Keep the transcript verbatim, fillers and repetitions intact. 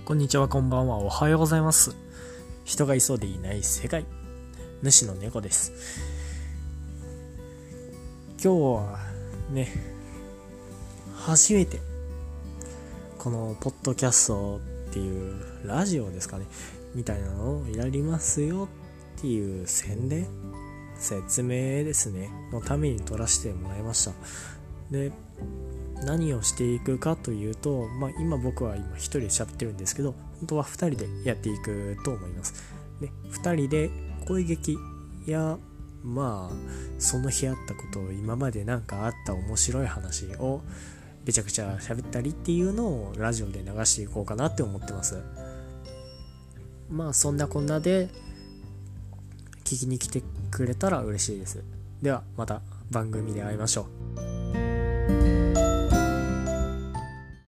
こんにちは、こんばんは、おはようございます。人がいそうでいない世界、主の猫です。今日はね、初めてこのポッドキャストっていうラジオですかねみたいなのをやりますよっていう宣伝説明ですねのために撮らせてもらいました。で、何をしていくかというと、まあ、今僕は今一人で喋ってるんですけど、本当は二人でやっていくと思います。で、二人で声劇やまあその日あったことを、今までなんかあった面白い話をめちゃくちゃ喋ったりっていうのをラジオで流していこうかなって思ってます。まあそんなこんなで聞きに来てくれたら嬉しいです。ではまた番組で会いましょう。